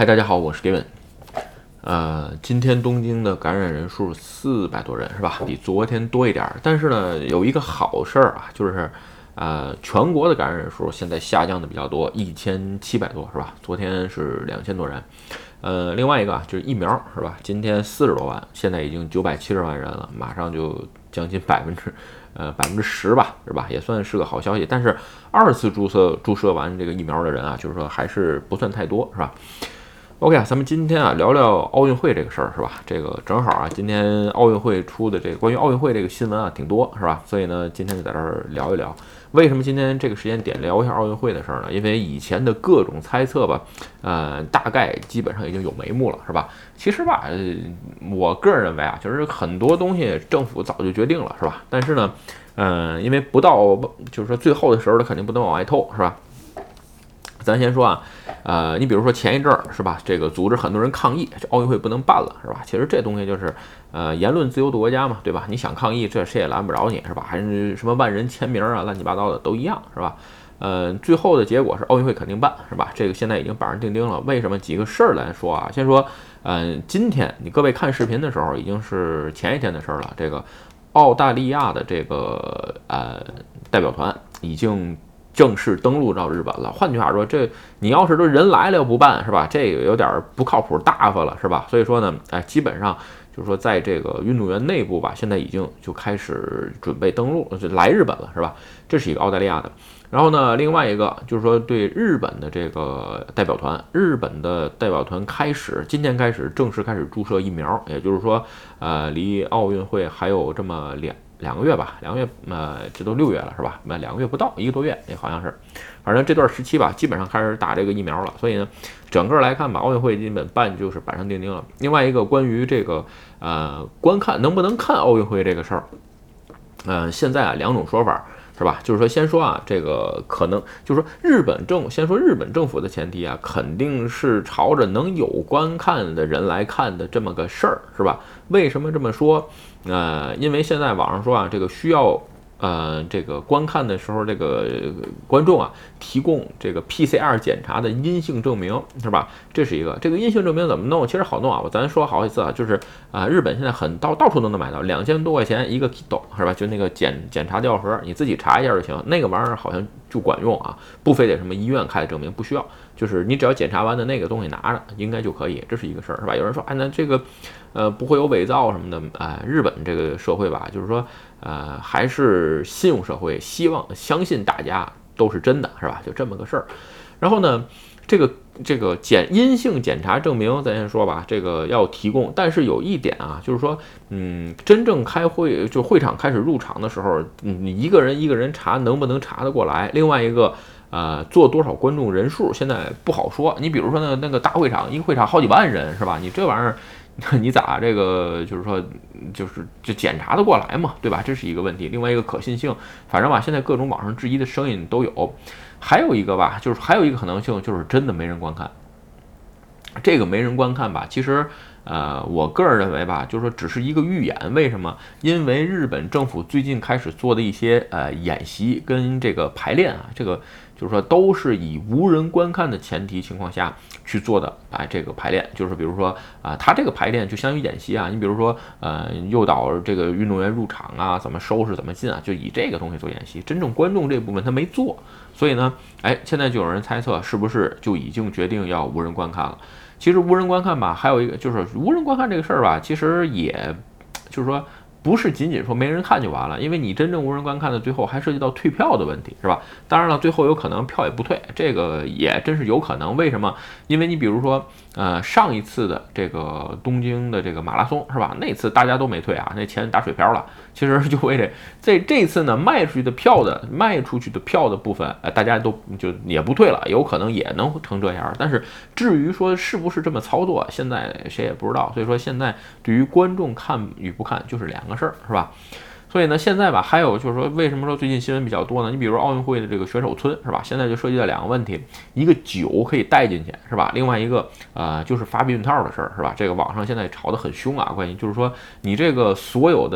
嗨，大家好，我是 Gavin。今天东京的感染人数400多人是吧？比昨天多一点儿。但是呢，有一个好事儿啊，就是全国的感染人数现在下降的比较多，1700多是吧？昨天是2000多人。另外一个啊，就是疫苗是吧？今天40多万，现在已经970万人了，马上就将近10%吧，是吧？也算是个好消息。但是二次注射完这个疫苗的人啊，就是说还是不算太多，是吧？OK 啊，咱们今天啊聊聊奥运会这个事儿是吧？这个正好啊，今天奥运会出的这个关于奥运会这个新闻啊挺多是吧？所以呢，今天就在这儿聊一聊。为什么今天这个时间点聊一下奥运会的事儿呢？因为以前的各种猜测吧，大概基本上已经有眉目了是吧？其实吧，我个人认为啊，就是很多东西政府早就决定了是吧？但是呢，因为不到就是说最后的时候，他肯定不能往外透是吧？咱先说啊，你比如说前一阵儿是吧，这个组织很多人抗议，这奥运会不能办了是吧？其实这东西就是言论自由的国家嘛，对吧？你想抗议，这谁也拦不着你是吧？还是什么万人签名啊，乱七八糟的都一样是吧？最后的结果是奥运会肯定办是吧？这个现在已经板上钉钉了。为什么？几个事儿来说啊，先说，今天你各位看视频的时候已经是前一天的事儿了。这个澳大利亚的这个代表团已经正式登陆到日本了。换句话说，这你要是说人来了又不办是吧？这个有点不靠谱大发了是吧？所以说呢，基本上就是说在这个运动员内部吧，现在已经就开始准备登陆，就来日本了是吧？这是一个澳大利亚的。然后呢，另外一个就是说对日本的这个代表团，日本的代表团今天开始正式开始注射疫苗，也就是说，离奥运会还有这么两个月吧，这都6月了是吧？2个月不到，1个多月，那好像是，反正这段时期吧，基本上开始打这个疫苗了。所以呢，整个来看吧，奥运会基本办就是板上钉钉了。另外一个关于这个观看能不能看奥运会这个事儿，现在啊两种说法。是吧？就是说，先说啊，这个可能就是说，先说日本政府的前提啊，肯定是朝着能有观看的人来看的这么个事儿，是吧？为什么这么说？因为现在网上说啊，这个需要这个观看的时候，这个观众啊提供这个 PCR 检查的阴性证明，是吧？这是一个。这个阴性证明怎么弄？其实好弄啊，咱说好几次啊，就是日本现在到处都能买到，2000多块钱一个 kit， 是吧？就那个检查吊盒，你自己查一下就行。那个玩意儿好像就管用啊，不非得什么医院开的证明，不需要，就是你只要检查完的那个东西拿着，应该就可以。这是一个事儿，是吧？有人说，那这个不会有伪造什么的，日本这个社会吧，就是说。还是信用社会，相信大家都是真的，是吧？就这么个事儿。然后呢，这个阴性检查证明，咱先说吧，这个要提供。但是有一点啊，就是说，真正开会就会场开始入场的时候，你一个人查能不能查得过来？另外一个。做多少观众人数现在不好说。你比如说那个大会场，一个会场好几万人是吧？你这玩意儿，你咋这个就是说就检查得过来嘛，对吧？这是一个问题。另外一个可信性，反正吧，现在各种网上质疑的声音都有。还有一个吧，就是还有一个可能性就是真的没人观看。这个没人观看吧，其实。我个人认为吧，就是说只是一个预演。为什么？因为日本政府最近开始做的一些演习跟这个排练啊，这个就是说都是以无人观看的前提情况下去做的这个排练，就是比如说他这个排练就相当于演习啊。你比如说诱导这个运动员入场啊，怎么收拾怎么进啊，就以这个东西做演习。真正观众这部分他没做，所以呢，现在就有人猜测是不是就已经决定要无人观看了。其实无人观看吧，还有一个就是无人观看这个事儿吧，其实也就是说不是仅仅说没人看就完了，因为你真正无人观看的最后还涉及到退票的问题，是吧？当然了，最后有可能票也不退，这个也真是有可能。为什么？因为你比如说上一次的这个东京的这个马拉松是吧？那次大家都没退啊，那钱打水漂了。其实就为这次呢卖出去的票的部分，大家都就也不退了，有可能也能成这样。但是至于说是不是这么操作，现在谁也不知道。所以说现在对于观众看与不看就是两个事儿，是吧？所以呢，现在吧，还有就是说，为什么说最近新闻比较多呢？你比如奥运会的这个选手村，是吧？现在就涉及到两个问题，一个酒可以带进去，是吧？另外一个就是发避孕套的事儿，是吧？这个网上现在吵得很凶啊，关于就是说你这个所有的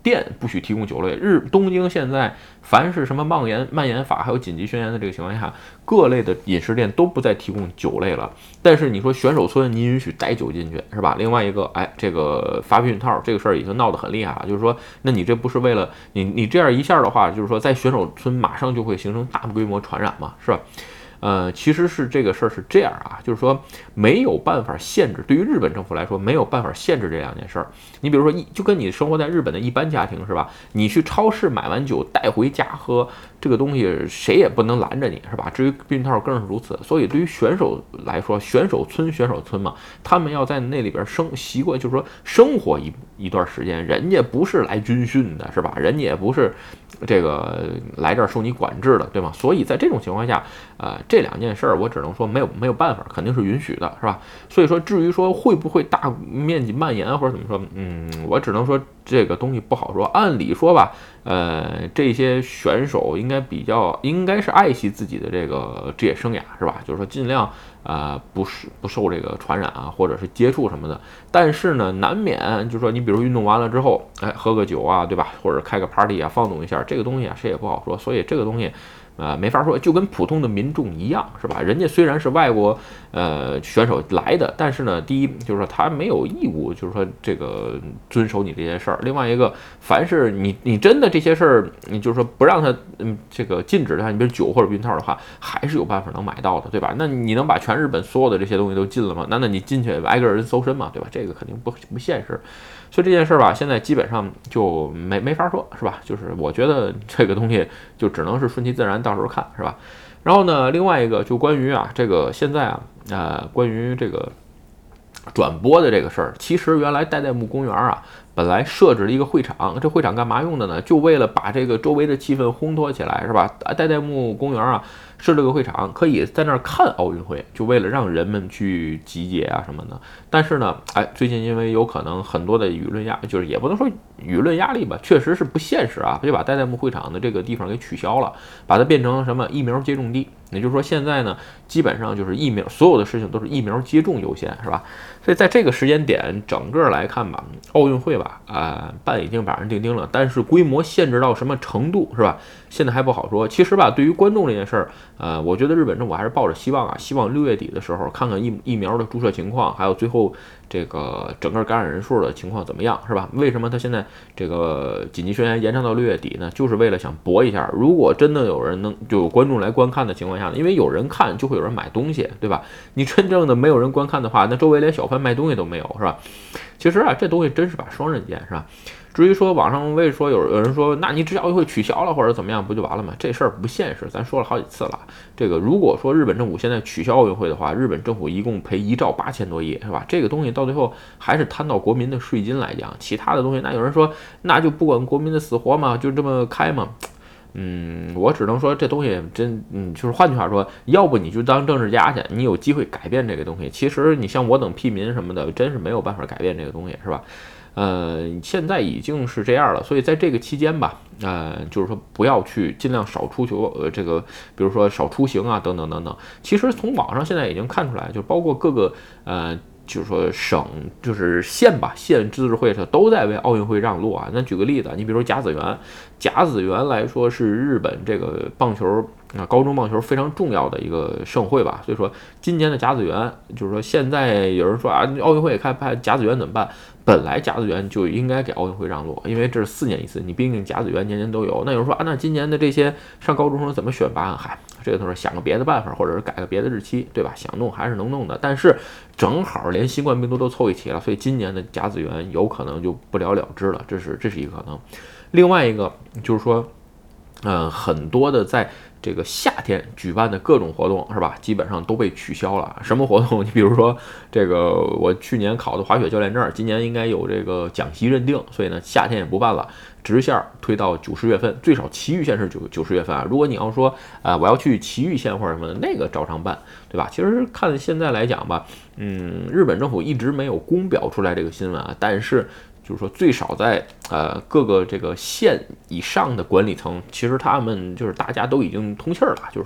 店不许提供酒类。东京现在凡是什么蔓延法还有紧急宣言的这个情况下，各类的饮食店都不再提供酒类了。但是你说选手村你允许带酒进去是吧？另外一个，这个发避孕套这个事儿已经闹得很厉害了，就是说，那你这不是为了你这样一下的话，就是说在选手村马上就会形成大规模传染嘛，是吧？其实是这个事儿是这样啊，就是说没有办法限制，对于日本政府来说没有办法限制这两件事儿。你比如说就跟你生活在日本的一般家庭是吧？你去超市买完酒带回家喝，这个东西谁也不能拦着你是吧？至于避孕套更是如此。所以对于选手来说，选手村嘛，他们要在那里边习惯，就是说生活一段时间，人家不是来军训的是吧？人家也不是这个来这儿受你管制的，对吗？所以在这种情况下，这两件事儿我只能说没有办法，肯定是允许的，是吧？所以说至于说会不会大面积蔓延或者怎么说，我只能说这个东西不好说。按理说吧，这些选手应该是爱惜自己的这个职业生涯，是吧？就是说尽量不受这个传染啊，或者是接触什么的。但是呢，难免就是说你比如运动完了之后，喝个酒啊，对吧？或者开个 party 啊，放纵一下，这个东西啊谁也不好说。所以这个东西。没法说，就跟普通的民众一样，是吧？人家虽然是外国选手来的，但是呢，第一就是说他没有义务，就是说这个遵守你这些事儿。另外一个，凡是你真的这些事儿，你就是说不让他这个禁止他，你比如酒或者避孕套的话，还是有办法能买到的，对吧？那你能把全日本所有的这些东西都禁了吗？那你进去挨个人搜身嘛，对吧？这个肯定不现实。所以这件事吧，现在基本上就没法说，是吧？就是我觉得这个东西就只能是顺其自然，到时候看，是吧？然后呢，另外一个就关于这个现在关于这个转播的这个事儿，其实原来代代木公园本来设置了一个会场，这会场干嘛用的呢？就为了把这个周围的气氛烘托起来，是吧？代代木公园设这个会场，可以在那儿看奥运会，就为了让人们去集结什么的。但是呢，最近因为有可能很多的舆论就是也不能说舆论压力吧，确实是不现实就把代代木会场的这个地方给取消了，把它变成什么疫苗接种地。也就是说，现在呢，基本上就是疫苗，所有的事情都是疫苗接种优先，是吧？所以在这个时间点，整个来看吧，奥运会办已经板上钉钉了，但是规模限制到什么程度，是吧？现在还不好说。其实对于观众这件事儿，我觉得日本政府还是抱着希望希望6月底的时候看看疫苗的注射情况，还有最后这个整个感染人数的情况怎么样，是吧？为什么他现在这个紧急宣言延长到6月底呢？就是为了想搏一下，如果真的有人就有观众来观看的情况下呢，因为有人看就会有人买东西，对吧？你真正的没有人观看的话，那周围连小贩卖东西都没有，是吧？其实这东西真是把双刃剑，是吧？至于说网上为说有人说，那你只要会取消了或者怎么样，不就完了吗？这事儿不现实，咱说了好几次了。这个如果说日本政府现在取消奥运会的话，日本政府一共赔1兆8000多亿，是吧？这个东西到最后还是摊到国民的税金来讲，其他的东西，那有人说那就不管国民的死活嘛，就这么开嘛。我只能说这东西就是换句话说，要不你就当政治家去，你有机会改变这个东西。其实你像我等屁民什么的，真是没有办法改变这个东西，是吧？现在已经是这样了，所以在这个期间吧，就是说不要去尽量少出球，这个比如说少出行等等等等。其实从网上现在已经看出来，就包括各个就是说省就是县自治会都在为奥运会让路那举个例子，你比如说甲子园来说是日本这个棒球高中棒球非常重要的一个盛会吧，所以说今年的甲子园就是说现在有人说奥运会也开拍甲子园怎么办？本来甲子园就应该给奥运会让路，因为这是4年一次，你毕竟甲子园年年都有。那有人说那今年的这些上高中生怎么选拔？这个都是想个别的办法，或者是改个别的日期，对吧？想弄还是能弄的，但是正好连新冠病毒都凑一起了，所以今年的甲子园有可能就不了了之了，这是一个可能。另外一个就是说，很多的在这个夏天举办的各种活动是吧，基本上都被取消了。什么活动？你比如说这个我去年考的滑雪教练证，今年应该有这个讲习认定，所以呢夏天也不办了，直线推到9、10月份，最少埼玉县是9、10月份如果你要说我要去埼玉县或者什么的，那个照常办，对吧？其实看现在来讲吧，日本政府一直没有公表出来这个新闻但是就是说最少在各个这个县以上的管理层，其实他们就是大家都已经通气儿了，就是说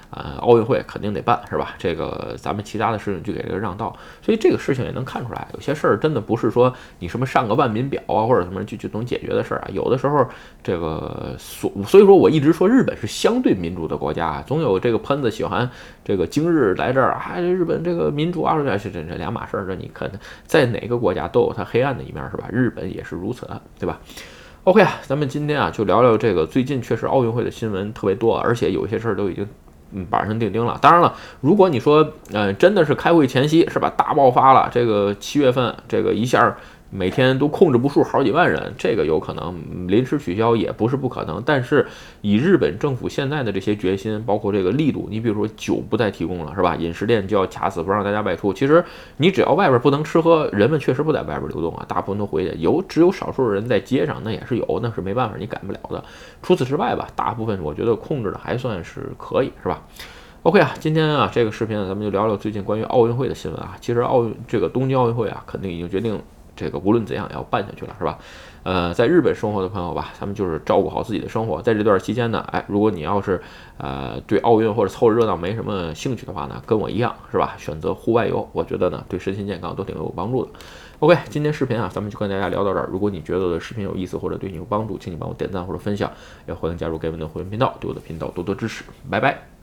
奥运会肯定得办，是吧？这个咱们其他的事情就给这个让道，所以这个事情也能看出来，有些事儿真的不是说你什么上个万民表啊或者什么就能解决的事儿啊，有的时候这个所以说我一直说日本是相对民主的国家，总有这个喷子喜欢这个今日来这儿啊，日本这个民主啊，这两码事儿，这你看在哪个国家都有它黑暗的一面，是吧？日本也是如此，对吧？OK 啊，咱们今天啊就聊聊这个最近确实奥运会的新闻特别多，而且有些事儿都已经板上钉钉了。当然了，如果你说真的是开会前夕是吧，大爆发了，这个7月份这个一下每天都控制不住好几万人，这个有可能临时取消也不是不可能。但是以日本政府现在的这些决心，包括这个力度，你比如说酒不再提供了是吧？饮食店就要卡死不让大家外出。其实你只要外边不能吃喝，人们确实不在外边流动啊，大部分都回去。只有少数人在街上，那也是有，那是没办法，你改不了的。除此之外吧，大部分我觉得控制的还算是可以，是吧？OK 啊，今天啊这个视频呢，咱们就聊聊最近关于奥运会的新闻啊。其实这个东京奥运会啊，肯定已经决定这个无论怎样也要办下去了，是吧？在日本生活的朋友吧，咱们就是照顾好自己的生活。在这段期间呢，如果你要是对奥运或者凑热闹没什么兴趣的话呢，跟我一样是吧？选择户外游，我觉得呢对身心健康都挺有帮助的。OK，今天视频啊，咱们就跟大家聊到这儿。如果你觉得我的视频有意思或者对你有帮助，请你帮我点赞或者分享，也欢迎加入盖文的会员频道，对我的频道多多支持。拜拜。